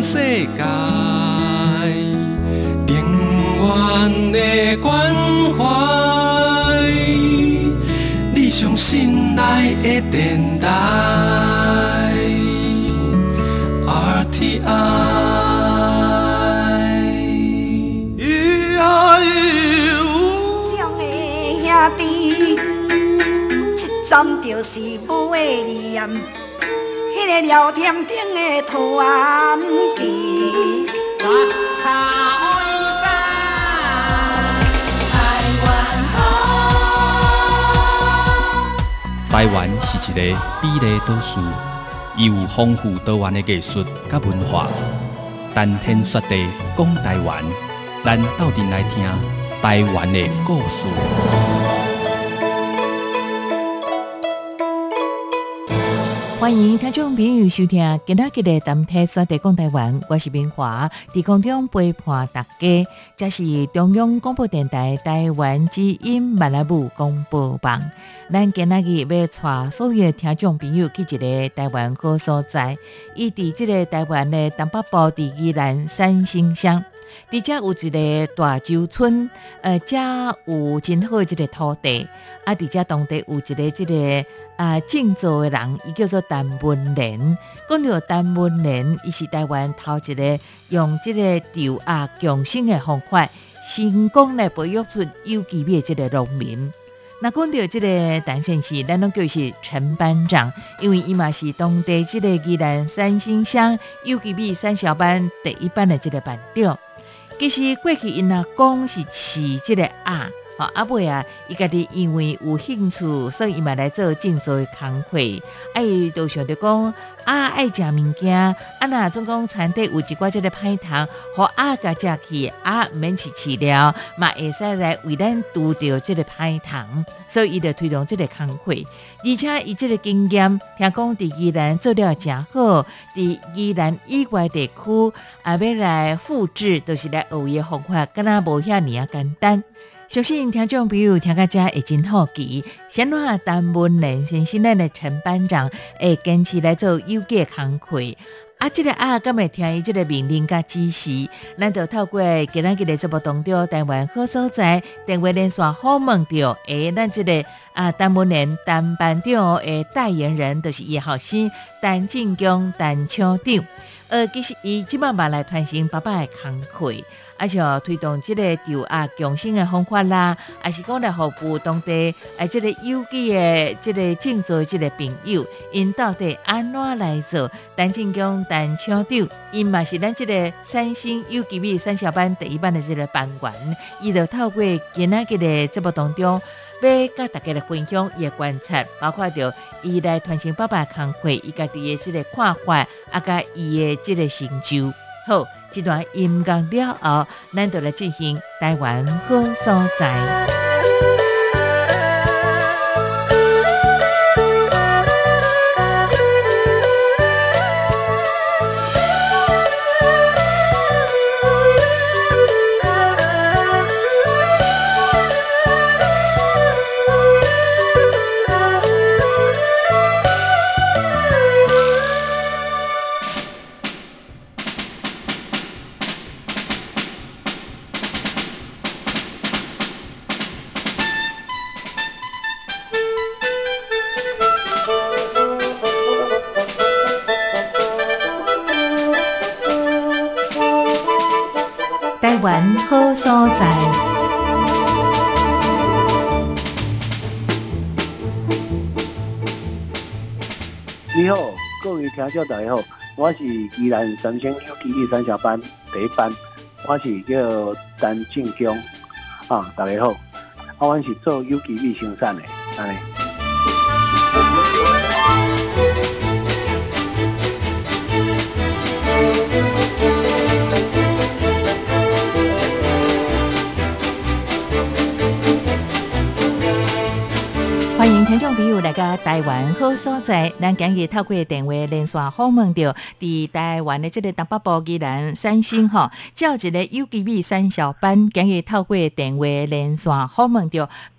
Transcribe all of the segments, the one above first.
全世界，永远的关怀，你上心爱的电台 RTI。 兄弟，这站就是母的念，迄个聊天顶的传奇。 我操一台湾是一个美丽都市，伊有丰富多元的艺术甲文化。谈天说地讲台湾，咱斗阵来听台湾的故事。 欢迎听众朋友收听今仔日的谈天说地讲台湾，我是明华，伫空中陪伴大家。这是中央广播电台台湾之音马来语广播网。咱今仔日要带所有听众朋友去一个台湾好所在，伊伫这个台湾的东北部伫宜兰三星乡，伫遮有一个大洲村，遮有真好的一个土地，啊，伫遮当地有一个这个。种造的人，伊叫做陈文莲。讲到陈文莲，伊是台湾头一个用这个豆芽共生的方法，成功来培育出有机米的这个农民。那讲到这个陈先生，咱拢叫是陈班长，因为伊嘛是当地这个宜兰三星乡有机米产销班第一班的这个班长。其实过去因阿公是饲这个鸭。阿尾啊，伊家己因为有兴趣，所以伊嘛来做种植的工课。伊就想着讲，爱食物件，若总讲餐底有一寡即个歹糖，互甲食去，毋免去饲料，嘛会使来为咱拄着即个歹糖，所以伊就推动即个工课。而且伊即个经验，听讲伫宜兰做了诚好，伫宜兰以外地区要来复制，就是来学伊的方法，敢若无遐尔简单。相信听众朋友听到这会真好奇，先让陈文莲先生咱的陈班长会坚持来做有机的工课。这个敢会听伊这个命令甲指示，咱就透过今仔日的节目当中，台湾好所在电话连线访问到咱这个陈文莲陈班长的代言人，就是伊后生陈进江陈厂长。其实伊即摆嘛来传承爸爸的工课，像推动即个豆芽共生的方法啦，还是讲来服务当地即个有机的即个种植即个朋友，因到底安怎来做？陈进江陈厂长，因嘛是咱即个三星有机米产销班第一班的即个班员，伊就透过今仔日的节目当中。要甲大家来分享伊的观察，包括着伊来传承爸爸工课，伊家己的即个看法，甲伊的即个成就。好，这段音乐了后，咱就来进行台湾好所在。台湾好所在。 你好，各位听众大家好，我是宜兰三星有机米产销班第一班，我是叫陈进江大家好，我是做有机米生产的，安尼。 欢迎听众朋友来到台湾好所在，咱今日透过电话连线访问到伫台湾的这个东北部宜兰三星叫一个有机米产销班，今日透过电话连线访问到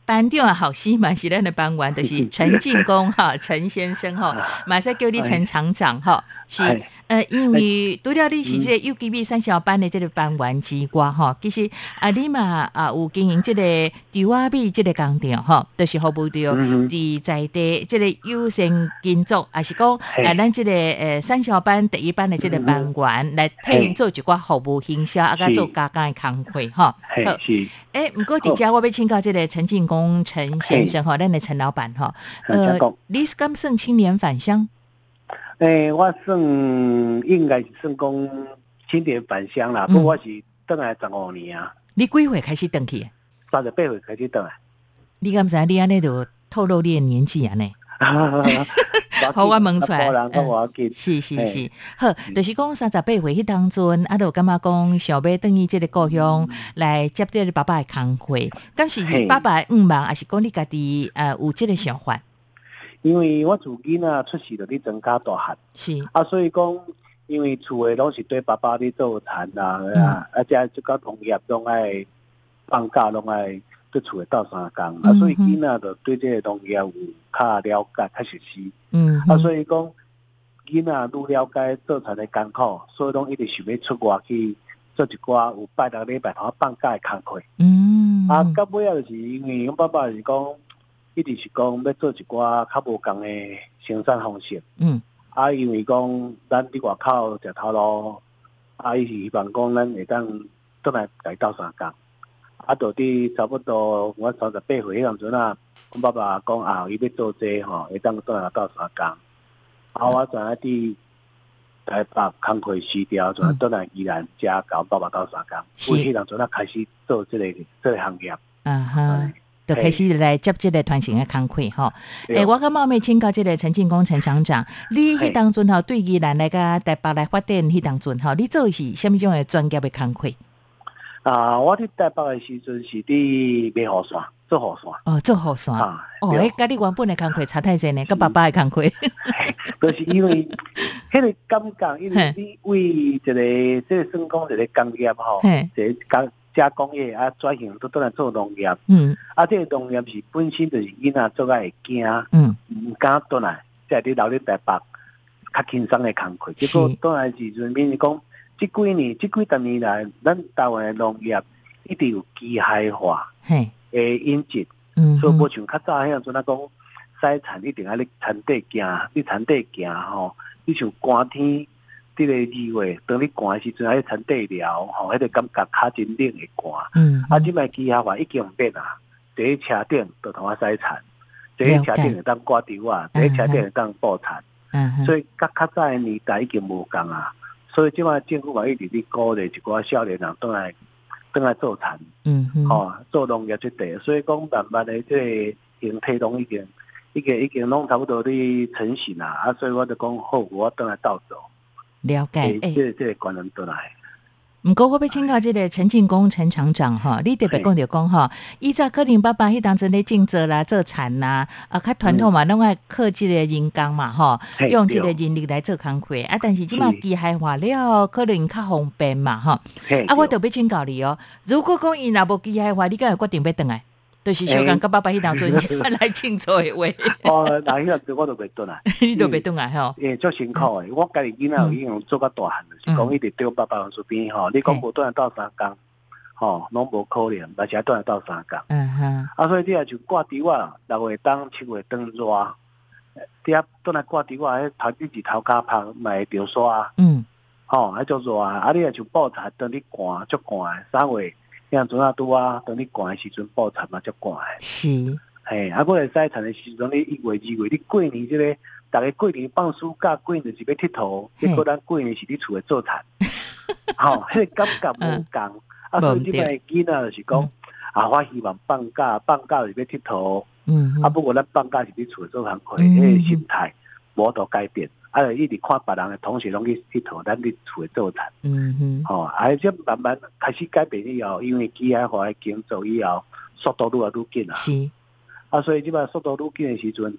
班长的后生嘛是咱的班员，就是陈进公哈，陈先生哈，马上叫你陈厂长哈，是因为除了你是这个幼稚园三小班的这个班员之外哈，其实你嘛有经营这个猪仔米这个工厂哈，就是服务到在地这个有声金族，还是讲咱这个三小班第一班的这个班员来替因做一寡服务行销，啊，甲做加工的工课哈。 是。 不过伫遮我要请教这个陈进公陈先生哈，咱的陈老板哈，你是敢算青年返乡？ 我算应该是算讲青年返乡啦，不过我是回来15年啊。 你几岁开始回去 ？38岁开始回来。 你敢知你安尼就透露你的年纪啊呢？好，我问出来。是，好，就是讲38岁迄当阵，就感觉讲想要回去这个故乡来接这个爸爸的工课，敢是爸爸的愿望，还是讲你家己有这个想法？ 因为我自囡仔出世就咧庄稼大汉，是所以讲，因为厝诶拢是对爸爸咧做田啦，即个农业拢爱放假拢爱对厝诶斗相共，所以囡仔就对这个农业有较了解、较熟悉。所以讲囡仔愈了解做田诶艰苦，所以拢一直想要出外去做一寡有拜六礼拜头放假诶工课。到尾仔就是因为阮爸爸是讲。一直是讲要做一寡较无共的生产方式，因为讲咱伫外口食头路，伊是希望讲咱会当倒来家斗相共，到伫差不多我38岁迄阵阵啊，阮爸爸讲伊要做这吼，会当倒来斗相共，我转来伫台北工课辞掉，转倒来宜兰遮甲爸爸斗相共，为迄阵阵啊开始做这个行业， 就开始来接这个传承的工课吼。我甲冒昧请教这个陈进公陈厂长，你迄当阵吼对宜兰来甲台北来发展迄当阵吼，你做的是什么种的专业的工课？ 我伫台北的时阵是伫卖雨伞，做雨伞。做雨伞。甲你原本的工课差太济呢，甲爸爸的工课。 就是因为迄个感觉，因为你为一个这个算讲一个工业吼，一个加工业转型都来做农业，这个农业是本身就是囡仔做甲会惊，唔敢倒来，即係你留喺台北較輕鬆的工課。結果倒來時陣，變是講這幾十年來，咱台灣的農業一定有機械化的引進，所以無像較早迄樣陣講採田一定喺你田底行，你田底行吼，你像寒天。這個2月，當你寒的時陣，喺田底聊，迄個感覺較真冷會寒。這擺機械化已經唔變啊，坐喺車頂就同我採田，坐喺車頂就當掛稻啊，坐喺車頂就當播田。所以較早的年代已經無共啊，所以這擺政府嘛一直咧鼓勵一寡少年人倒來做田，做農業這塊。所以講慢慢的這個形態攏已經攏差不多咧成型啊，所以我就講好，我倒來倒做。 了解， 這個觀念倒來。 不過我要請教這個陳進公陳廠長哈，你特別講到講哈，以前可能爸爸迄當陣咧種植啦、做田啦，較傳統嘛，攏愛靠這個人工嘛，哈，用這個人力來做工課。但是即馬機械化了，可能較方便嘛，哈。我特別請教你哦，如果講伊若無機械化，你敢會決定要轉來？就是小剛甲爸爸迄當陣來清楚的話。 那迄陣時我都袂轉來， 你都袂轉來吼？ 足辛苦的。我家己囡仔有已經做到大漢，就是講一直對爸爸身邊吼。你講無轉來鬥相共，吼，攏無可能，而且轉來鬥相共。所以你也就掛稻啊，6月冬、7月當熱，你啊轉來掛稻啊，迄頭一日頭殼拍嘛會著沙，迄足熱啊。你也就報田當你寒，足寒的3月。像陣啊，拄啊，當你寒的時陣，報田嘛足寒的。是。我來採田的時陣，你1月、2月，你過年這個，大家過年放暑假，過年就是要佚佗，結果咱過年是佇厝裡做田。迄個感覺無共。所以這擺囡仔就是講，我希望放假就是要佚佗。不過咱放假是佇厝裡做工課，迄個心態無度改變。一直看別人的同學攏去佚佗，咱佇厝裡做田。這慢慢開始改變以後，因為機械化的經做以後，速度愈來愈緊啊。是。所以這擺速度愈緊的時陣，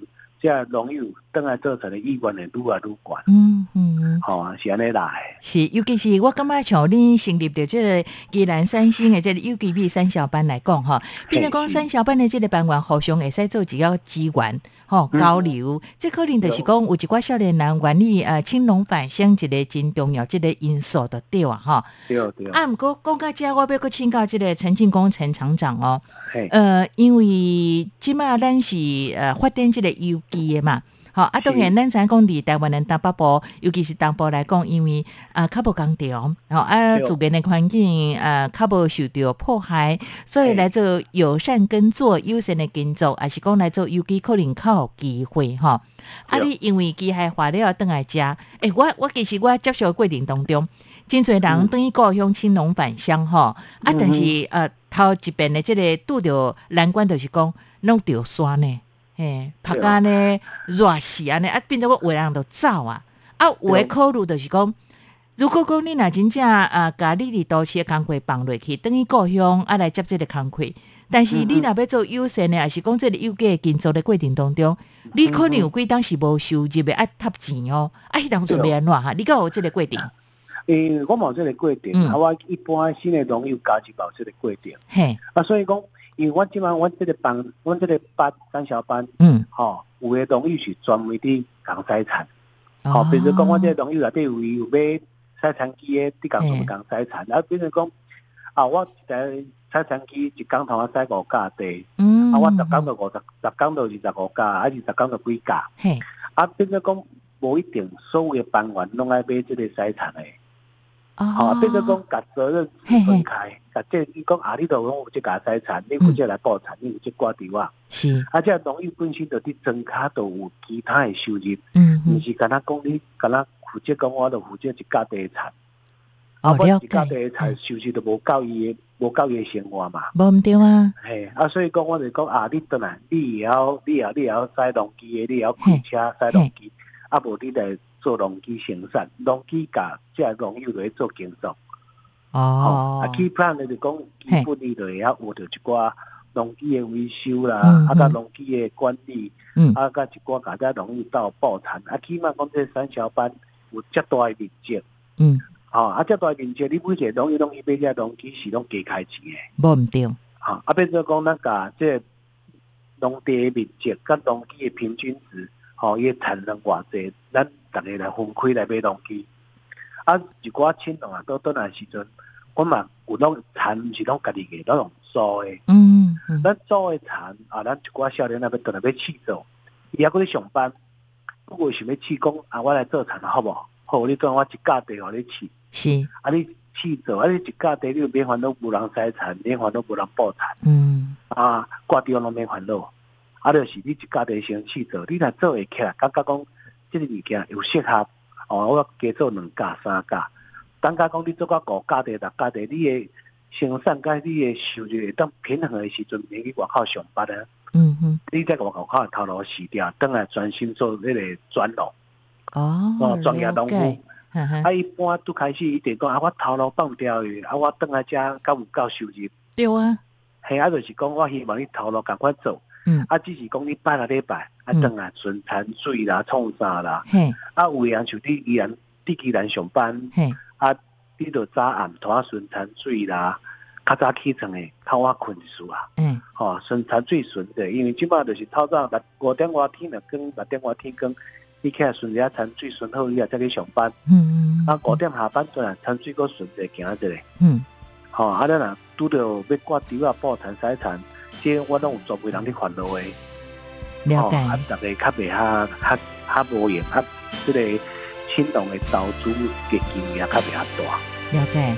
这农友等来做成的意愿会愈来愈悬。是安尼来。 是，尤其是我感觉像你成立的这个宜兰三星的这个 UGB 三小班来讲哈，变成讲三小班的这个班员互相会使做一个资源交流，这可能就是讲有一寡少年人愿意青农返乡一个真重要这个因素就对啊哈。 对。 不过讲到这，我要去请教这个陈进公陈厂长哦。因为即马咱是发展这个有机的嘛。好当然，咱知讲伫台湾人东北部，尤其是东部来讲，因为较无工场，自然的环境较无受到迫害，所以来做友善耕作、友善的耕作，还是讲来做有机可能较有机会哈。你因为机械化了倒来食，我其实我接受的过程当中，真侪人等于故乡青农返乡吼，但是头一遍的这个拄着难关，就是讲弄着山呢。拍甲呢热死安尼变做个有人就走有诶考虑就是讲，如果讲你若真正甲你伫都市诶工课放落去，等于故乡来接这个工课，但是你若要做友善诶，还是讲这个有机诶耕作的过程当中，你可能有几当是无收入诶，插钱哦，迄当阵要安怎哈？你敢有这个过程？ 我冇这个过程，我一般新的农友加入到这个过程，所以讲。因为我即摆阮这个班三小班，有诶农友是专门伫讲筛产，比如讲我这个农友内底有买筛产机诶，伫讲讲筛产，比如讲我一台筛产机一工头筛5架地，我10工到10工到25架，20工到几架，比如讲无一定所有诶班员拢爱买这个筛产诶。比如讲，甲责任分开，即伊讲你都讲有即家财产，你负责来报产，你有即挂伫我。 是， 这农友本身就伫增加，都有其他诶收入。毋是干那讲你干那负责讲，我就负责一家地产。我一家地产收入都无够伊诶生活嘛。 无毋对啊。 所以讲我就讲你倒来，你也要驶农机诶，你也要开车驶农机，无你来。做农机生产，农机甲即个农友来做耕作。起plan就讲基本你就会晓学到一寡农机的维修啦，甲农机的管理，甲一寡甲遮农友到报产。起码讲这三小班有遮大的面积。遮大的面积，你每一个农友拢去买遮农机是拢加开钱的。 无毋对。 变做讲咱甲这农地的面积，甲农机的平均值，伊的产能偌济，咱。大家来分开来买农机，一寡青农倒来时阵，我嘛有拢田，毋是拢家己个，拢用租的。咱租的田咱一寡少年那边倒来要试做，伊还搁咧上班，不过想要试讲我来做田好无？好，你当我一架地互你试。 是。 你试做，你一架地你免烦恼无人筛田，免烦恼无人报田。挂掉拢免烦恼。就是你一架地先试做，你若做会起来，感觉讲。这个物件有适合我加做2架3架，等下讲你做到5架地、6架地，你的生产甲你的收入会当平衡的时阵，免去外口上班啊。你在外口头路辞掉，等来专心做那个转农。专业农夫。一般拄开始一定讲我头路放掉去，我等来遮敢有够收入？ 对啊。 就是讲我希望你头路赶快做。只是讲你摆下礼拜，转来存产水啦、创啥啦，有人像你依然伫宜兰上班，你就早暗拖存产水啦，较早起床诶，较晚困死存产水顺者，因为即摆就是透早5点外天就光，6点外天光，你起来顺一下产水顺好，你也再去上班。5点下班转来产水搁顺者行一个。咱若拄着要挂稻报田筛产。这我拢有专门人去烦恼的， 了解。 大家较袂较无用，这个青农的投资嘅机会也较袂遐大。 了解。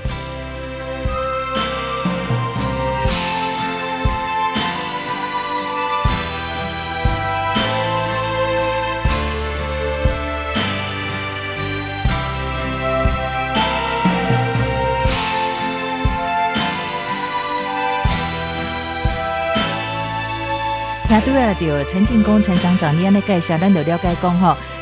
听对啊，就陈进公陈厂长，你安尼介绍，咱就了解讲吼，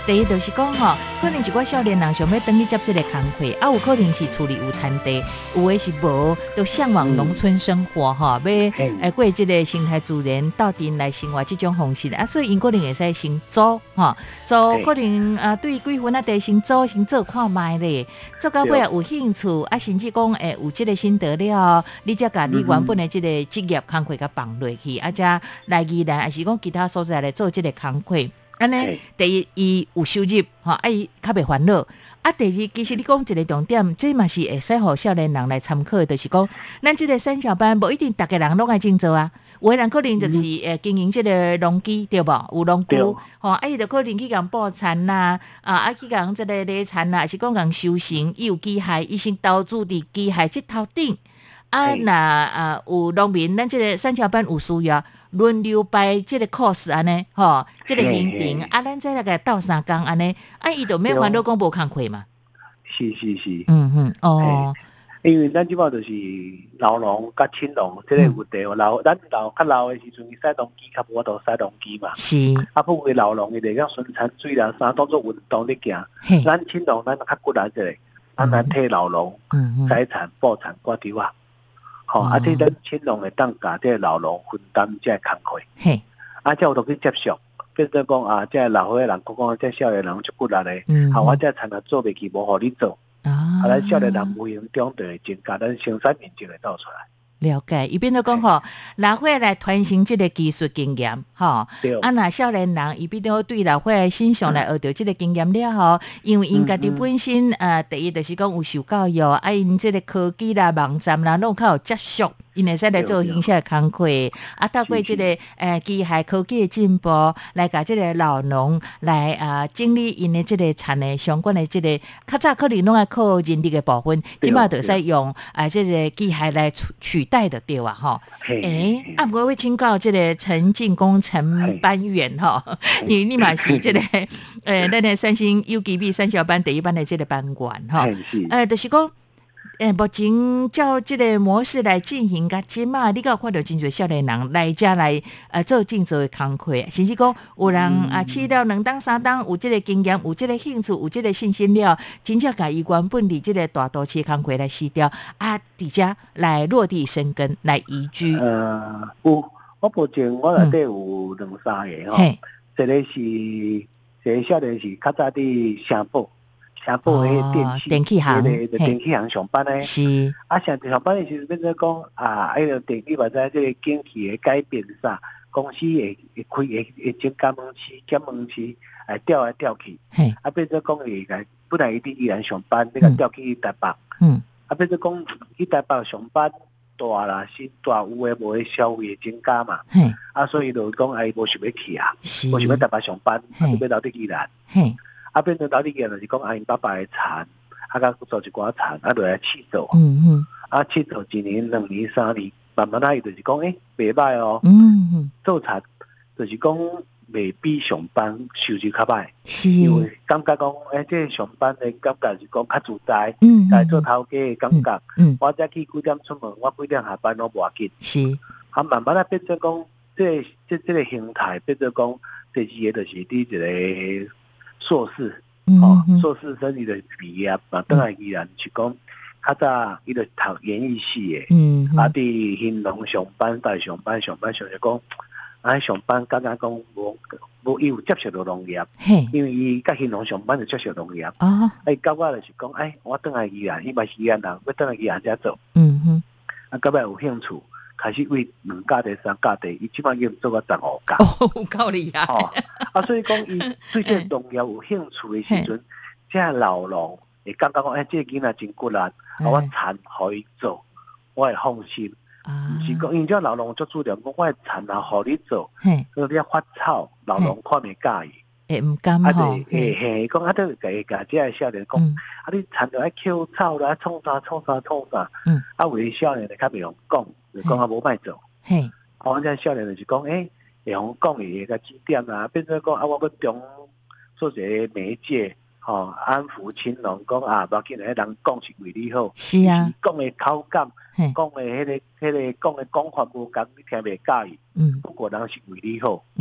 第一就是讲吼，可能一寡少年人想要登去接这个工课，啊，有可能是厝里有田地，有的是无，都向往农村生活吼，要过这个生态自然到底来生活这种方式啊，所以因可能会使先租吼，租可能对几分地先租先做看卖咧，做到尾有兴趣啊，甚至讲有这个心得了，你才甲你原本的这个职业工课甲放落去，啊，才来宜兰还是讲其他所在来做这个工课。安尼，第一伊有收入，吼，伊较袂烦恼。啊，第二，其实你讲一个重点，这嘛是会使互少年人来参考的，就是讲，咱这个三小班无一定逐个人拢爱种做啊。有的人可能就是经营这个农机，对无？有农具，吼，伊就可能去共布田啦，去共这个犁田啦，还是讲共修行，伊有机械，伊先投资伫机械这头顶。那有农民，咱这个三小班有需要。轮流摆这个 course 安尼，吼，这个行程咱再来个斗3工安尼，伊就免烦恼讲无工课嘛。 是， 哦， 因为咱即摆就是老农甲青农，这个有地老，咱较老的时阵，使农机较无法度使农机嘛。 是。 不过老农伊就讲顺产水啦，啥当做运动咧行。咱青农咱较骨力一个，咱替老农采产、布产、割稻啊。即咱青农会当甲即个老农分担即个工课，才有落去接受。变做讲即个老岁人讲即少年人足骨力咧，我即产业做袂起，无互你做，咱少年人无形中就会增加咱生产面积会倒出来。 了解，伊变做讲吼，老伙来传承这个技术经验，吼，那少年人伊变做对老伙欣赏来学到这个经验了后，因为因家己本身第一就是讲有受教育，因这个科技啦、网站啦，拢较有接触。因会使来做形象的工课，透过这个机械科技的进步，来甲这个老农来整理因的这个产的相关的这个，较早可能拢爱靠人力的部分，即摆就使用这个机械来取代的对啊吼。不过要请教这个陈进公陈班员吼，你嘛是这个咱的三星 UGB 三小班第一班的这个班员吼，就是讲。目前照这个模式来进行，甲即嘛，你有看到真侪少年人来遮来做真侪的工课，甚至讲有人试了2档3档，有这个经验，有这个兴趣，有这个信心了，真正甲伊原本伫这个大都市的工课来辞掉，伫遮来落地生根，来移居。 有，我目前我内底有2、3个吼，一个少年是较早伫城堡。城堡迄电器行， 电器行上班咧。 是。 上上班的时候变做讲迄个电器或者这个景气的改变啥，公司会开会整加盟区、减盟区，调来调去。变做讲会来，本来伊伫宜兰上班，你甲调去台北。变做讲去台北上班大啦，是大有诶无诶消费增加嘛。所以就讲伊无想要去无想要台北上班，就要留伫宜兰。变成到底个就是讲因爸爸的田，甲做一寡田，就来试做。试做1年、2年、3年，慢慢伊就是讲，袂歹哦。做田就是讲袂比上班收入较歹，因为感觉讲，这上班的感觉是讲较自在，来做头家的感觉。我再去几点出门，我几点下班拢无要紧。慢慢变做讲，这个形态变做讲，第2个就是伫一个。硕士，硕士生伊就毕业嘛，倒来宜兰是讲，较早伊就读演艺系的，伫兴隆上班，在上班就讲，上班感觉讲无伊有接触到农业，因为伊甲兴隆上班就接触农业，到我就是讲，我倒来宜兰，伊嘛是宜兰人，要倒来宜兰遮做，到尾有兴趣。开始为2家地、3家地，伊即摆已经做到15家。 有够厉害！ 所以讲伊对这农业有兴趣的时阵，这老农会感觉讲，这个囡仔真骨力，我田互伊做，我会放心。毋是讲，因这老农做主点，讲我的田啊，互你做，所以你发草，老农看袂介意。 毋甘吼。 讲都甲这个少年讲，你田就爱捡草啦，创啥。为少年就较袂用讲。就讲无歹做，我这少年就是讲，会用讲伊个指点啊，变做讲我要中做一个媒介，安抚青农，讲无要紧，人讲是为你好， 是啊， 讲的口感，讲的迄个讲的讲法无共，你听袂介意，不过人是为你好，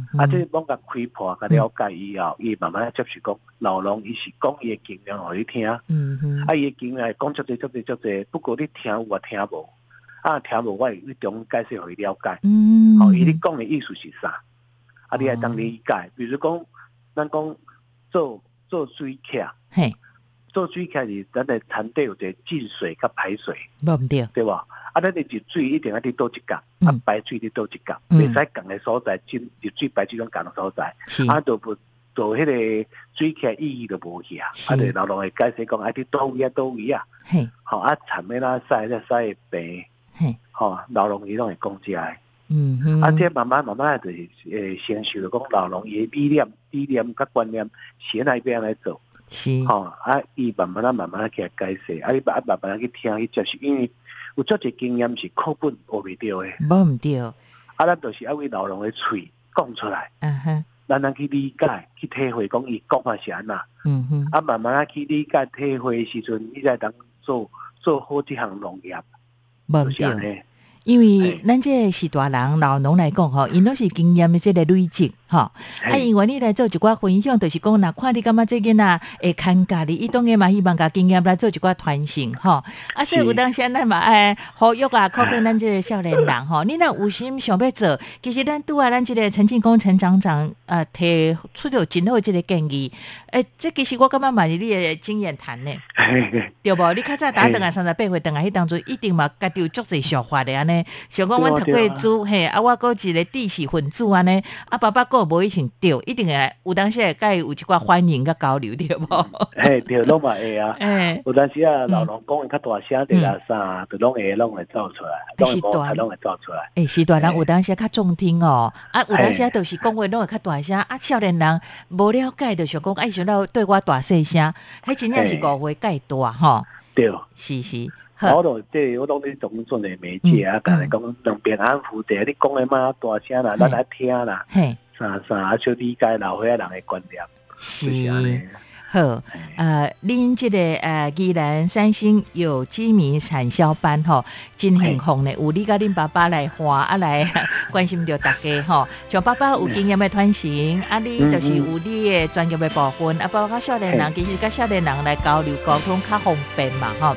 这拢甲开破，甲了解以后，伊慢慢接受讲，老农伊是讲伊的经验互你听，伊的经验讲足济，不过你听有啊听无，听无我会中解释互你了解，伊你讲的意思是啥，你爱当理解，比如讲，咱讲做水客，做水客是咱的田地有一个进水甲排水， 无毋对， 对吧？咱的入水一定要伫倒一角，排水伫倒一角，袂使共的所在进入水排水拢共的所在，就迄个水客意义就无去啊。就老农会解释讲，伫倒位啊，田要哪使会平，老农伊拢会讲遮个。这慢慢就是承受讲老农伊的理念甲观念，先来要安来做。是，伊慢慢去解释，你慢慢去听去接受，因为有足侪经验是课本学袂到的， 无毋对。 咱就是要为老农的喙讲出来，咱去理解、去体会，讲伊讲法是安那，慢慢去理解、体会的时阵，你才当做好这项农业， 无毋对。因为咱这个是大人老农来讲吼，因拢是经验的这个累积吼。因为你来做一寡分享，就是讲，若看你感觉这囡仔会看家己，伊当然嘛希望甲经验来做一寡传承吼。所以有当时咱嘛爱呼吁啊，靠近咱这个少年人吼，你若有心想要做，其实咱拄啊，咱这个陈进公陈长长提出了真好这个建议。这其实我感觉嘛是你的经验谈呢，对无？你较早打等啊38岁等啊，迄当中一定嘛家己有足侪想法的安尼。想讲阮读过书，我搁一个知识分子安尼，爸爸搁无以前对，一定会有当时会甲伊有一寡欢迎甲交流，对无？ 对，拢嘛会啊。有当时老农讲较大声的啦啥，就拢会走出来，拢会走出来。 是大人有当时较中听哦，有当时就是讲话拢会较大声，少年人无了解就想讲，想到对我大细声，迄真正是误会介大吼。对，是。 我拢咧当做的媒介啊，甲你讲两边安抚者，你讲的嘛大声啦，咱来听啦，啥小理解老岁仔人的观念， 是好。恁这个宜兰三星有机米产销班吼，真幸福呢，有你甲恁爸爸来花来关心着大家吼，像爸爸有经验的传承，你就是有你的专业的部分，包括少年人，其实甲少年人来交流沟通较方便嘛吼。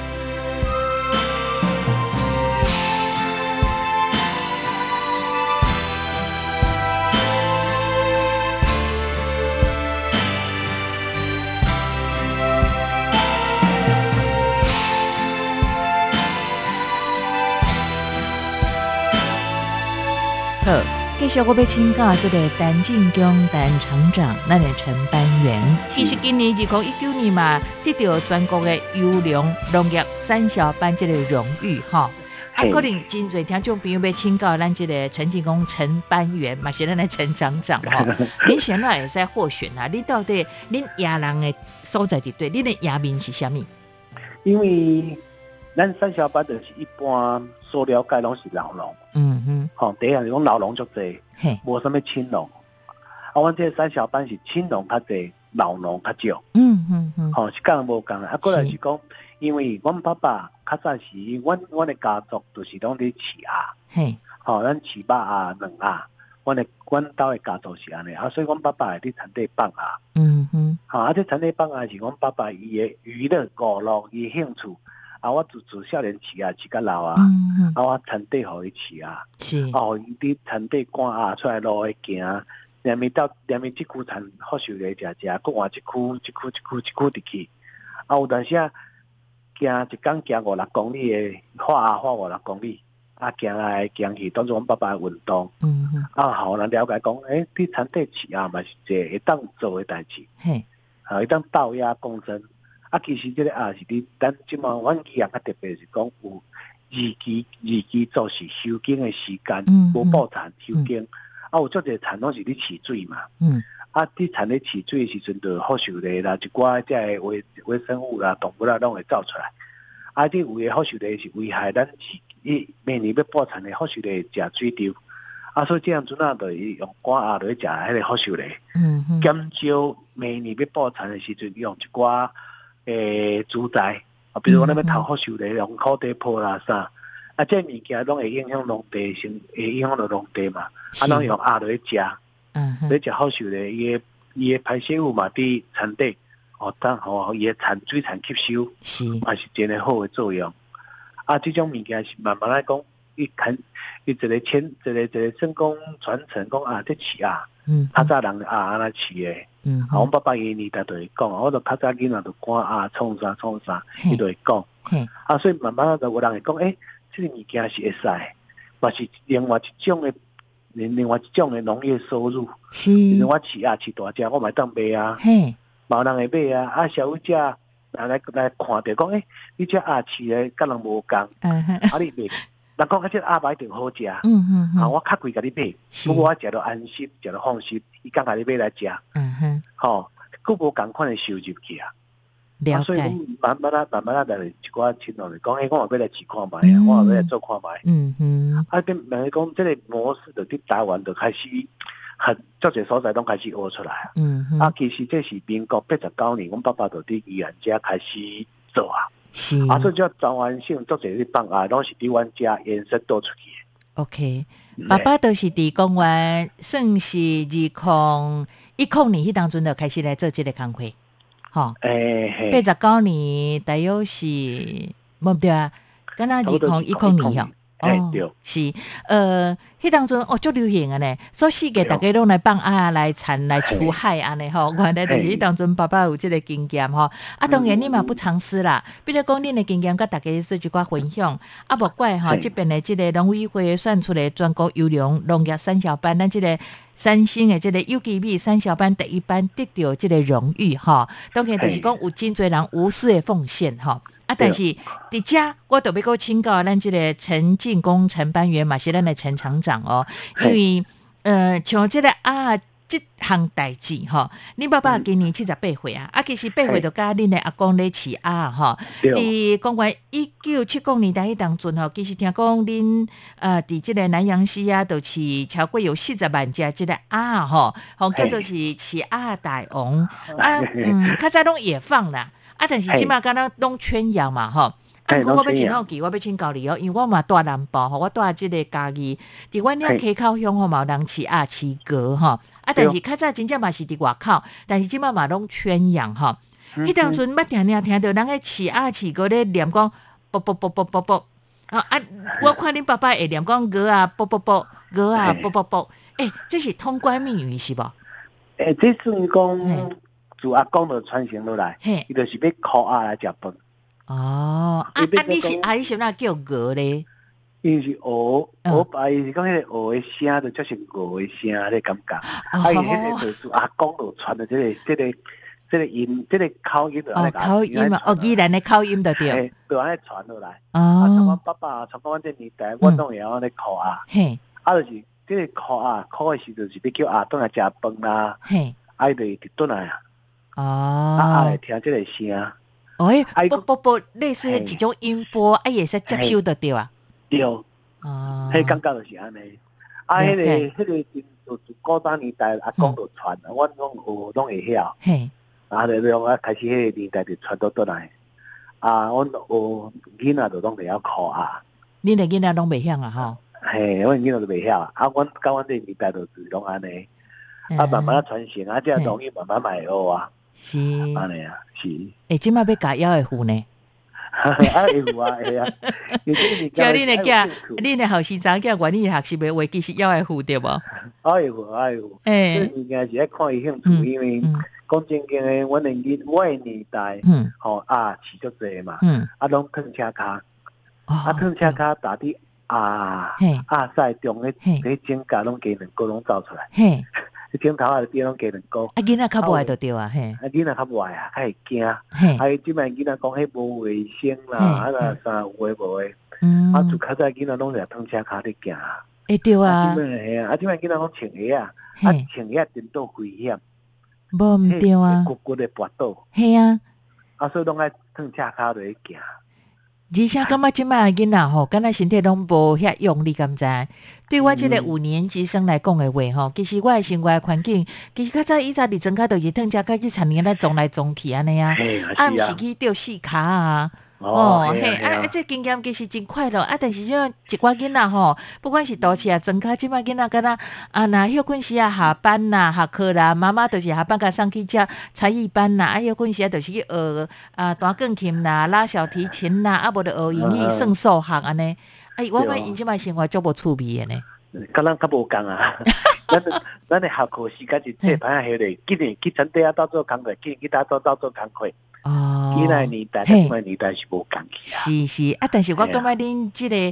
好，继续我要请教这个陈进公陈厂长，咱的陈班员。其实今年2019年嘛，得到全国的优良农业3小班这个荣誉哈。可能真侪听众朋友要请教咱这个陈进公陈班员嘛，是咱的陈厂长哈。恁现在会使获选啊？你到底恁亚人的所在伫对？恁的亚名是啥物？ 因为咱3小班就是一般所了解拢是老农。第一是讲老农足济，无啥物青农。阮这3小班是青农较济，老农较少。是共无共啊。过来是讲，因为阮爸爸较早时，阮的家族就是拢咧饲鸭，咱饲肉鸭、卵鸭。阮兜的家族是安尼，所以阮爸爸会伫田地放鸭。这田地放鸭是阮爸爸伊的娱乐娱乐，伊兴趣。我自少年饲鸭饲到老啊，我田地互伊饲鸭，伊伫田地赶鸭出来路去行，连面即区田好收咧食，搁换一区入去。有当时行一工行5-6公里的，画5-6公里，行来行去，当做阮爸爸的运动。互人了解讲，伫田地饲鸭嘛是一个会当做的代志，会当斗鸭共生。其实这个也是伫咱即马阮宜兰较特别是讲有日期做事收耕的时间，无报田收耕。有足侪田拢是咧饲水嘛。伫田咧饲水的时阵，就好受咧啦，一寡即个微生物啦、动物啦，拢会走出来。伫有诶好受咧是危害咱明年要报田的好受咧食水稻。所以这样阵就用赶鸭落去食迄个好受咧。减少明年要报田的时阵用一寡。猪仔比如讲咱要头好收咧，用土地坡啦啥，这物件拢会影响农地，会影响到农地嘛。咱用鸭落去食， 要食好受咧，伊的排泄物嘛伫田底，当伊的水产吸收，嘛是真个好的作用。这种物件是慢慢来讲，伊一个成功传承，讲这饲较早人安那饲的。阮爸爸伊年代就会讲，我就较早囡仔就赶创啥，伊就会讲。所以慢慢就有人会讲，这个物件是会使，嘛是另外一种的农业收入。是，我饲大只，我嘛当卖啊。嘛有人会买啊，消费者来看到讲，你这饲的甲人无共，你卖。人讲这鸭肉一定好食，我较贵甲你买，不过我食到安心，食到放心，伊敢甲你买来食，佫无共款的收入去啊。所以慢慢来，一寡亲友来讲，我也要来试看卖，我也要来做看卖。跟人讲，这个模式就伫台湾就开始，足侪所在拢开始学出来啊。其实这是民国89年，阮爸爸就伫宜兰遮开始做啊。所以叫台湾省足侪去放拢是伫阮遮延伸倒出去的。OK， 爸爸都是伫公园，算是2010年迄当阵就开始来做这个工课，89年大约是无对啊，敢若2010年是迄当阵足流行的呢，所以世界大家拢来放来产来除害安尼原来就是迄当阵爸爸有这个经验当然你嘛不藏私啦，比如讲恁的经验甲大家做一寡分享，无怪这边的这个农委会选出来全国优良农业三小班，咱这个三星的这个有机米三小班第一班得到这个荣誉当然就是讲有真侪人无私的奉献但是伫遮我特别够请教咱这个陈进公陈班员嘛是咱的陈厂长因为像这个这项代志恁爸爸今年78岁其实8岁就甲恁的阿公咧饲伫公园1979年代迄当阵其实听讲恁伫这个南洋市就是超过有40万只这个叫做是饲大王较早拢野放啦但是即马敢若拢圈养嘛我要真好奇，我要请教你因为我嘛住南部我住即个嘉义，伫阮遐溪口乡嘛有人饲饲鹅但是较早真正嘛是伫外口，但是即马嘛拢圈养迄当阵捌听到人咧饲饲鹅咧念讲啵啵啵啵啵啵我看恁爸爸会念讲鹅啵啵啵鹅啵啵啵这是通关密语是无？ 这算讲自阿公就传承落来，伊就是要烤来食饭。 你是阿姨想那叫鹅咧？ 伊是鹅爸，伊是讲迄个鹅的声，就就是鹅的声咧感觉。迄个就是阿公就传的这个音，这个口音就安尼口音宜兰的口音就对， 就安尼传落来。从阮爸爸，从阮这年代，我拢会安尼烤就是这个烤的时就是要叫阿顿来食饭啦，就会顿来来听这个声。啵类似一种音波，也是接收得到对，迄感觉就是安尼。迄个就古早年代阿公就传，阮拢会晓。就开始迄个年代就传到倒来。阮囡仔就拢袂晓考恁的囡仔拢袂晓阮囡仔就袂晓阮到阮这年代就是拢安尼。慢慢传承这农业慢慢会学是安尼是。 即摆要教腰的父呢？ 会父会叫恁的囝，恁的后生仔囝愿意学习的话，其实腰的父对无？ 会父。这物件是爱看伊兴趣，因为讲真经的，我的年代，饲足济嘛，拢褪车骹，褪车骹打伫赛中咧整家拢鸡卵糕拢走出来。顶头的地方加两个， 囡仔较无爱就对囡仔较无爱较会惊，即摆囡仔讲迄无卫生啦，啥有诶无诶，就较早囡仔拢是躺车骹咧行， 对即摆囡仔拢穿鞋穿鞋真多危险， 无毋对骨咧拔倒，所以拢爱躺车骹咧行。 而且感觉即摆囡仔敢若身体拢无遐用力，敢知？对我这个5年级生来讲的话其实我的生活环境，其实较早以前伫庄脚就是躺车骹去田里来撞来撞去安尼毋是去钓四脚嘿，这经验其实真快乐啊！但是像一寡囡仔吼，不管是都市啊、增加，即摆囡仔敢若啊，那休困时啊下班啦、下课啦，妈妈就是下班甲送去遮才艺班啦，啊休困时啊就是去学啊弹钢琴啦、拉小提琴啦，啊无就学英语、算数学安尼。哎，我感因即摆生活足无趣味诶呢。 敢若较无共啊！咱的下课时间是这班下咧，今年去产地啊到做工课，今年去到做工课。哦，以来年代跟年代是无共去啊。 是啊，但是我感觉恁即个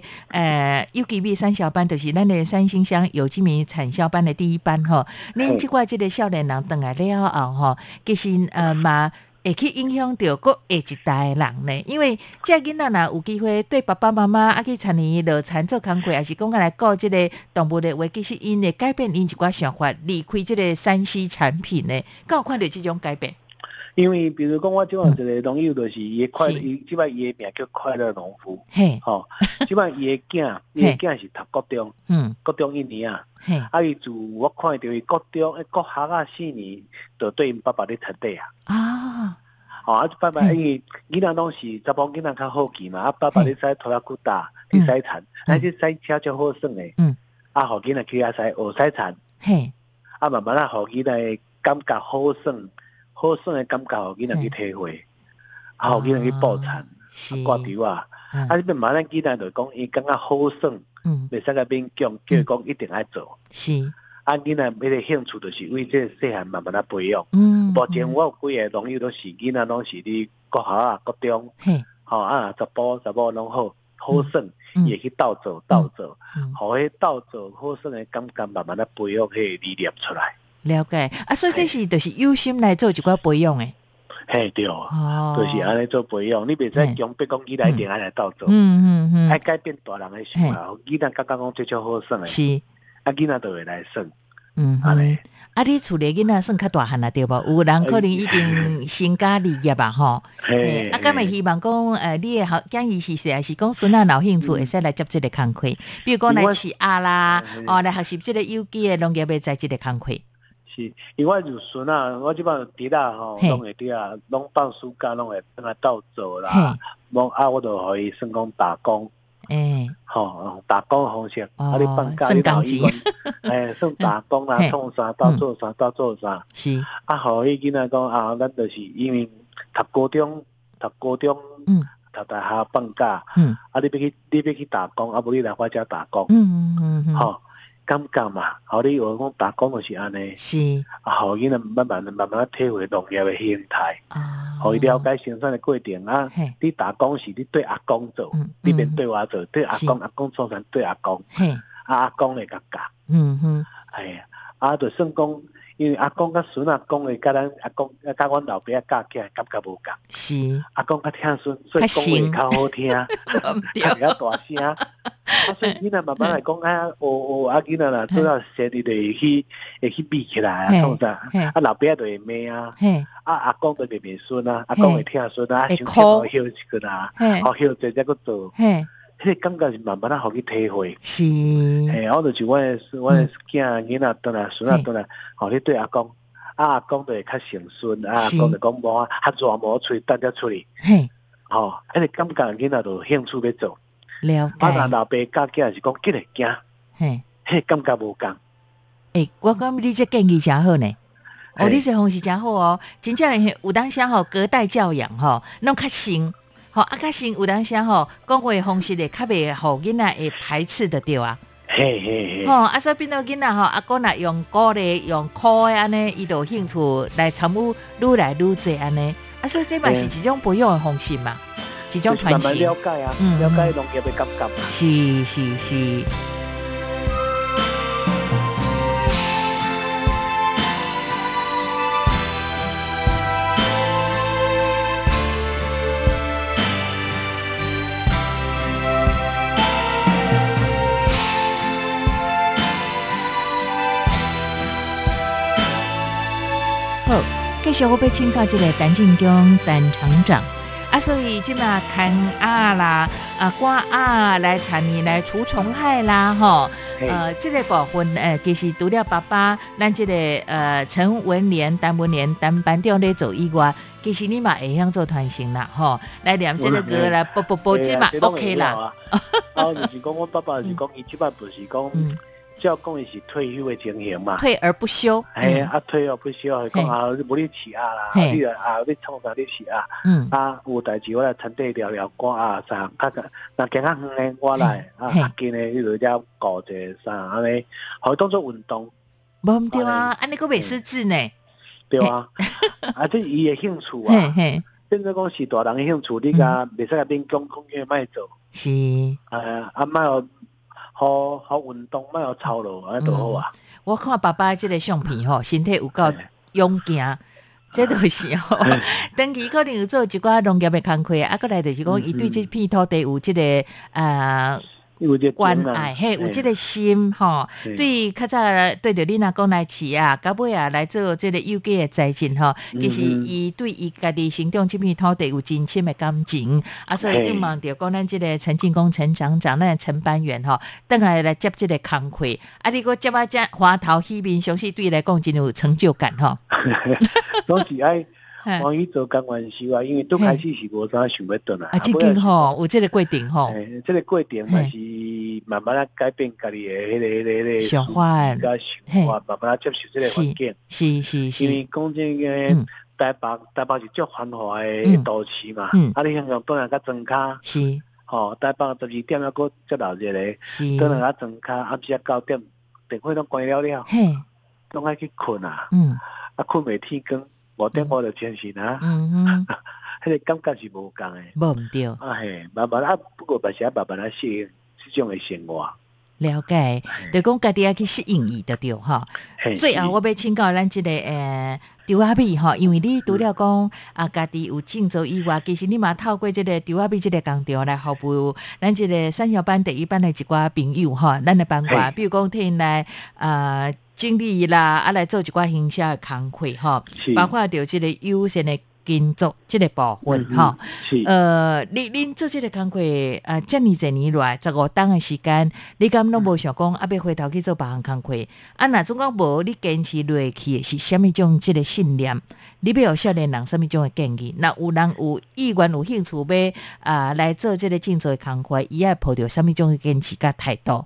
UGB 三小班，就是咱的三星乡有机米产销班的第一班吼。恁即块即个少年人转来了后吼，其实嘛会去影响到佫下一代人呢。因为这囡仔若有机会对爸爸妈妈啊去参与落田做工课，还是讲来顾即个动物的话，其实因会改变因一寡想法，离开即个3C产品呢。敢有看到即种改变？ 因为比如讲，我即款一个农友，就是伊快，伊即摆伊的名叫快乐农夫。 嘿， 吼，即摆伊的囝是读国中，国中1年啊。啊，伊自我看到伊国中国学啊4年，就对因爸爸咧田地啊。啊，哦，啊，爸爸因为囡仔拢是查甫囡仔较好奇嘛，啊，爸爸咧使拖拉骨打，咧使田，啊，咧使车就好耍诶。啊，互囡仔去啊使学使田。嘿，啊，慢慢啊，互囡仔感觉好耍。好耍的感觉，互囡仔去体会，啊，互囡仔去捕田、挂稻啊，啊，你变慢慢囡仔就讲，伊感觉好耍，袂使甲勉强，叫伊讲一定爱做。是，啊，囡仔迄个兴趣就是为这细汉慢慢啊培养。目前我有几个农友都是囡仔，拢是伫国校啊、国中，吼啊，查甫拢好耍，也去斗做，互迄斗做好耍的感觉，慢慢啊培养迄个理念出来。 了解啊，所以这是就是有心来做一寡培养诶。 嘿，对，就是安尼做培养，你袂使强迫讲囡仔一定爱来斗做，爱改变大人诶想法，囡仔感觉讲这种好耍诶，是，啊囡仔就会来耍，安尼。啊，你厝里囡仔算较大汉啦，对无？有人可能已经成家立业吧，吼。嘿，啊，敢会希望讲你诶好建议是还是讲孙仔有兴趣会使来接即个工课，比如讲来饲鸭啦，来学习即个有机诶农业诶在即个工课。 是，因为我就孙啊，我即摆伫啦吼，拢会伫啊，拢放暑假拢会等来斗做啦。拢啊，我就互伊算讲打工，吼，打工方式，啊，你放假你到伊讲，算打工啦，创啥到做啥，是。啊，互伊囡仔讲啊，咱就是因为读高中，读大学放假，啊，你要去打工，啊，无你来我遮打工，吼。感觉嘛，互你有讲打工就是安尼，是啊，互囡仔慢慢体会农业的形态，互伊了解生产的过程啊。你打工是你对阿公做，你免对我做，对阿公做成对阿公，阿公会甲教，哎呀，啊，就算讲，因为阿公甲孙啊讲的，甲咱阿公甲阮老爸教起来感觉无共，是阿公较听孙，所以讲话较好听，较大声。啊，所以囡仔慢慢来讲，啊，囡仔啦，做到生日就会去比起来啊，创啥？啊，老爸就会骂啊，阿公就会骂孙啊，阿公会听孙啊，想听好休一个啦，好休再再去做，迄个感觉是慢慢互去体会。是，我就是我的囡仔转来，孙仔转来，互你对阿公，阿公就会较顺顺，阿公就讲无啊，较热无喙，等者出去，吼，迄个感觉囡仔就兴趣要做。了解。啊，老爸教囝是讲紧来行，迄感觉无共。 我感觉你这建议真好呢。你这方式真好哦，真正有当时吼隔代教养吼，拢较新，较新有当时吼讲话方式会较袂互囡仔会排斥的对啊。所以变到囡仔吼，阿公若用鼓励、用考的安尼，伊就有兴趣来参与愈来愈济安尼。所以这嘛是一种培养的方式嘛。一种传承， 了解啊，了解农业的感觉。 是。好，继续我要请教这个陈进忠陈厂长。所以即马看啦，赶来参与来除虫害啦，吼， 这个部分其实除了爸爸，咱这个陈文莲、陈文莲陈班长咧做以外，其实你嘛会晓做团成啦，吼，来念这个歌啦，不，这嘛 OK 啦。 就是讲，我爸爸是讲，伊即摆不是讲，照讲伊是退休的情形嘛， 退而不休。 退而不休，讲无你饲鸭啦，你创啥你饲鸭，有代志我来参底聊聊歌啥，那行较远的我来，近的你就遮顾者啥安尼，互当做运动。 无毋对啊，安尼佫袂失智呢。 对啊，这伊的兴趣啊，变做讲是大人的兴趣，你甲袂使甲勉强空间卖做。 是。 卖好运动，卖有操劳，安尼都好啊。 我看爸爸这个相片吼，身体有够勇健，这都是吼。长期可能有做一寡农业的工课，过来就是讲，伊对这片土地有这个关爱，有这个心吼，对较早对着你阿公来饲啊，到尾啊来做这个有价的财政吼，其实伊对伊家己成长这片土地有真深的感情所以希望着讲咱这个陈进公陈长长，咱陈班员吼，等来接这个工课你搁接这花头喜面，相信对伊来讲真有成就感吼。 拢是爱。欢喜做工完事啊，因为拄开始是无啥想要转来。 真紧吼，有这个过程吼。 这个过程嘛是慢慢改变家己的迄个想法， 慢慢接受这个环境。 是。 因为讲这个台北是足繁华的都市嘛，你香港当然较庄脚。是。台北12点还佫足闹热咧，当然较庄脚，暗时9点电火拢关了，拢爱去困啊。困袂天光。5点我就精神啊，迄个感觉是无共诶， 无毋对。 慢慢不过嘛是慢慢适应这种诶生活。 了解，就讲家己去适应伊就对吼。最后我要请教咱这个猪仔米吼，因为你除了讲家己有种植以外，其实你嘛透过这个猪仔米这个工厂来服务咱这个3小班第一班的一寡朋友吼，咱的班外，比如讲替因来经理啦，来做一寡行销的工课吼，包括着这个优先的工作这个部分吼。恁做这个工课这么多年来15档的时间，你敢拢无想讲要回头去做别项工课？若总讲无，你坚持落去是什么种这个信念？你要有少年人什么种的建议？那有人有意愿有兴趣要来做这个种植的工课，伊要抱着什么种的坚持甲态度？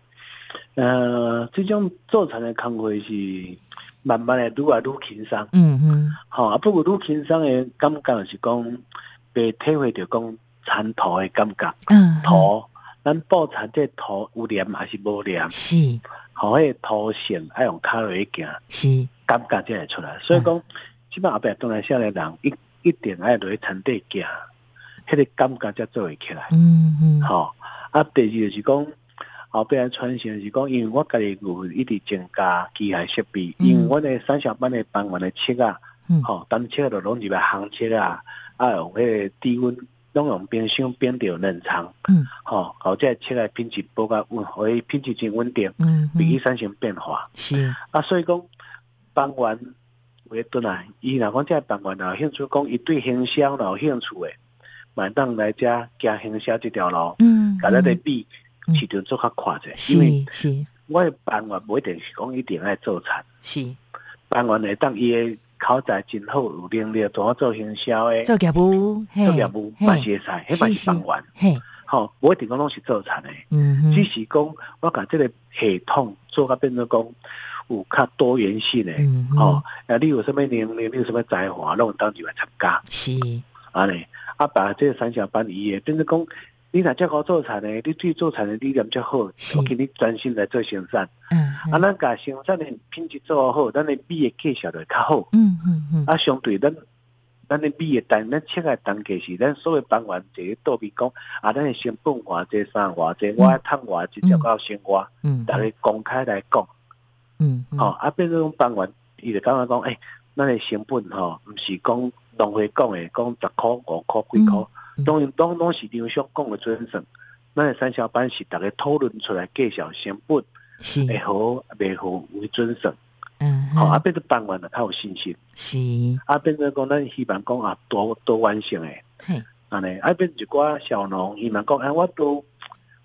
这种做产的工课是慢慢的愈来愈轻松。不过愈轻松的感觉是讲，被体会到讲产土的感觉。土，咱布产这土有黏还是无黏？是。迄个土性爱用脚落去行。是。感觉才会出来。所以讲，即摆后壁当然少年人一定爱落去产地行，迄个感觉才做会起来。第二就是讲。后壁传承是讲，因为我家己有一直增加机械设备，因为我的3小班的班员的车单车就拢入来行车用迄个低温，拢用冰箱冰到冷藏，后这车的品质保甲稳，互伊品质真稳定，袂去产生变化。是所以讲班员为转来，伊若讲这班员有兴趣，讲伊对行销有兴趣的，嘛当来遮行行销这条路，甲咱来比。市场做较快者，因为我的班员不一定是讲一定爱做产，是班员会当伊的口才真好，有能力怎做行销的， 做业务嘛是会使，迄嘛是班员，不一定讲拢是做产的，只是讲我甲这个系统做甲变做讲有较多元性的，你有什么能力，你有什么才华，拢当就来参加，是安尼，把这个3小班伊的变做讲。你若遮好做产的，你对做产的理念较好，我给你专心来做生产。咱甲生产的品质做好，咱的米的价值就较好。相对咱的米的单，咱切的单价是咱所有班员坐咧倒边讲，咱的成本偌济，啥偌济，我爱趁偌济就到生活，大家公开来讲。变做种班员，伊就感觉讲，咱的成本毋是讲农会讲的，讲10块、5块、几块。当然，拢是厂商讲的准算，咱的3小班是大家讨论出来计算成本，会好袂好为准算。变做班员就较有信心。是。变做讲，咱希望讲多完成的。安尼，变一寡小农，希望讲，我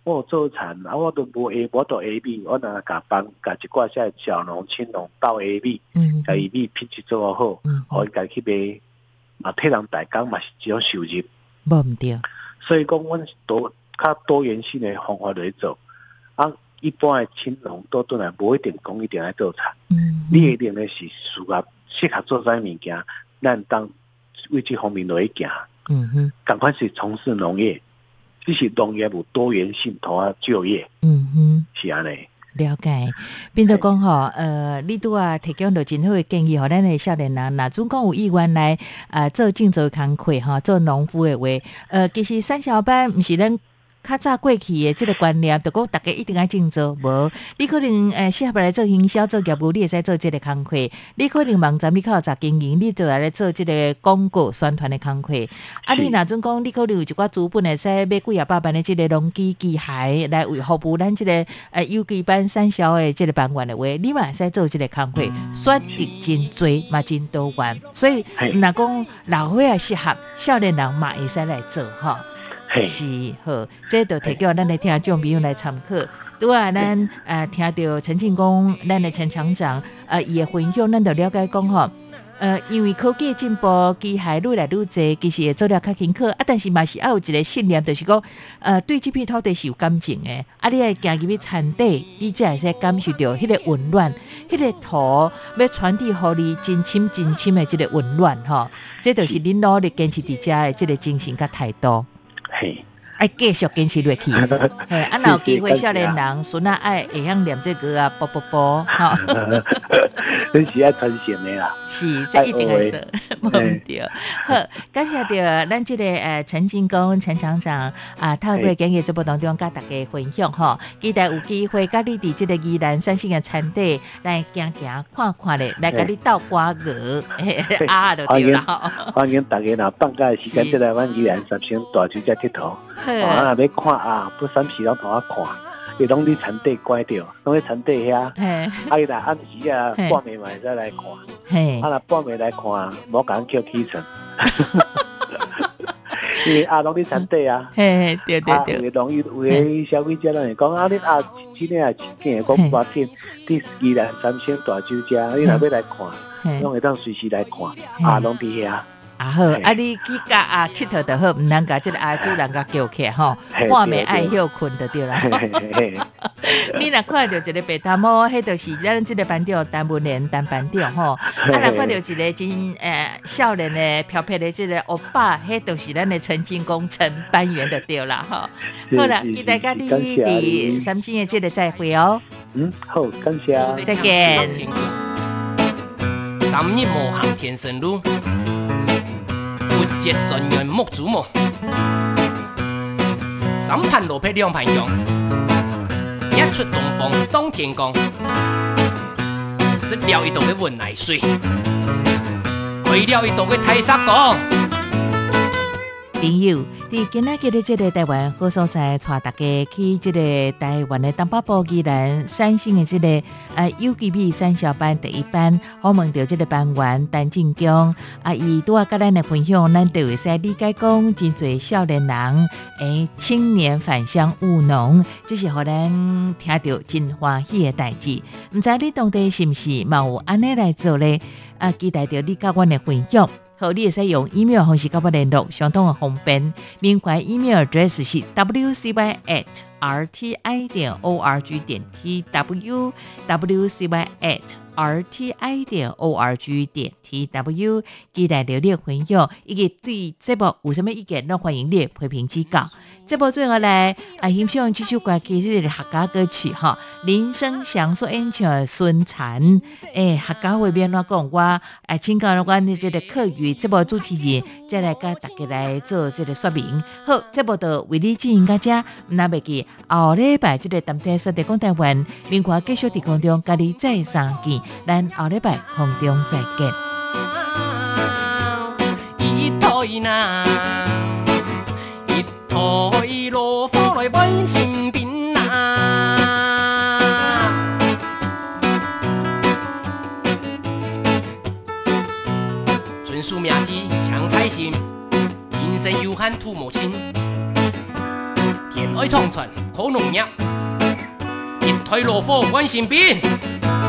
我做田啊，我都无下，我都下米，我若甲帮甲一寡些小农、青农倒下米，甲伊米品质做好，互伊家去卖，嘛替人代工嘛是一种收入， 无毋对。 所以讲，阮是较多元性的方法来做。啊，一般的青农倒转来，无一定讲一定爱做田，你一定的是适合做啥物件，咱当为这方面来行。赶快是从事农业。只是农业有多元性，同啊就业，是安尼。 了解，变做讲吼，你拄啊提供到真好的建议，互咱的少年人，若总讲有意愿来做种植工课吼，做农夫的话，其实产销班毋是咱较早过去的即个观念，就讲大家一定爱种植，无你可能适合来做营销、做业务，你会使做即个工课。你可能网站你靠杂经营，你就来做即个广告宣传的工课。啊，你若准讲你可能有一寡资本会使买几啊百万的即个农机机械来为服务咱即个有机班产销的即个班员的话，你嘛会使做即个工课，选择真多嘛真多元。所以若讲老伙仔适合，少年人嘛会使来做吼。是好，这就提供咱的听众朋友来参考。拄啊，咱听到陈进公，咱的陈厂长伊的分享，咱就了解讲吼。因为科技进步，机械愈来愈侪，其实会做了较轻巧啊。但是嘛是要有一个信念，就是讲，对这片土地是有感情的。啊，你爱行入去田地，你才会使感受到迄个温暖，迄个土要传递互你真深真深的这个温暖吼。这就是恁努力坚持伫遮的这个精神甲态度。 嘿， 爱继续坚持落去。嘿，啊，若有机会，少年人孙仔爱会晓念这个啊，啵啵啵，哈。 恁是爱传承的啦。 是，这一定会做，无对。好，感谢着咱这个陈进公陈厂长透过今日节目当中甲大家分享吼，期待有机会甲你伫这个宜兰三星的田地来行行看看咧，来甲你斗瓜鹅，就对啦。 欢迎大家若放假的时间，再来阮宜兰三星大洲遮佚佗。要看不三时拢同我看。伊拢伫田地拐着，拢伫田地遐。伊若暗时半暝嘛会使来看。若半暝来看，无共叫起床。因为拢伫田地啊。对。有个消费者人会讲恁今年也讲无要紧，伫宜兰三星大洲遮，你若要来看，拢会当随时来看。拢伫遐。 好，你去甲佚佗就好，毋通甲即个主人甲叫起吼，半暝爱休困就对啦。你若看到一个白头毛，迄就是咱即个班长陈文莲陈班长吼。若看到一个真少年的漂漂的即个欧巴，迄就是咱的陈进公陈班员就对啦吼。好啦，期待甲你伫三星的即个再会哦。 好，感谢， 再见。 三日无行天生路。不结善缘木祖母，三盘罗皮两盘羊，一出东风当天光，食了一道嘅温奶水，开了一道嘅太沙讲。 朋友，伫今仔日的这个台湾好所在，带大家去这个台湾的东北部宜兰三星的这个有机米产销班第一班，访问到这个班员陈进公伊拄甲咱的分享，咱就会使理解讲，真侪少年人青年返乡务农，这是互咱听到真欢喜的代志。唔知你当地是毋是嘛有安尼来做咧？期待着你甲阮的分享。好，你会使用 email 方式甲我联络，相当的方便。免款 email address 是 wcy@rti.org.tw wcy@rti.org.tw 期待着你的分享，以及对节目有什么意见，都欢迎你批评指教。节目最后来欣赏这首歌曲，是客家歌曲哈，林生祥所演唱的《孙残》。客家话边怎讲？我请教我的这个客语节目主持人，再来甲大家来做这个说明。好，节目就为你进行到这，唔那袂记后礼拜这个谈天说地讲台湾，明华继续伫空中甲你再相见，咱后礼拜空中再见。 台路火来阮身边纯属名字强彩心，人生有限土母亲，天爱创传苦农业，一推落火关心兵。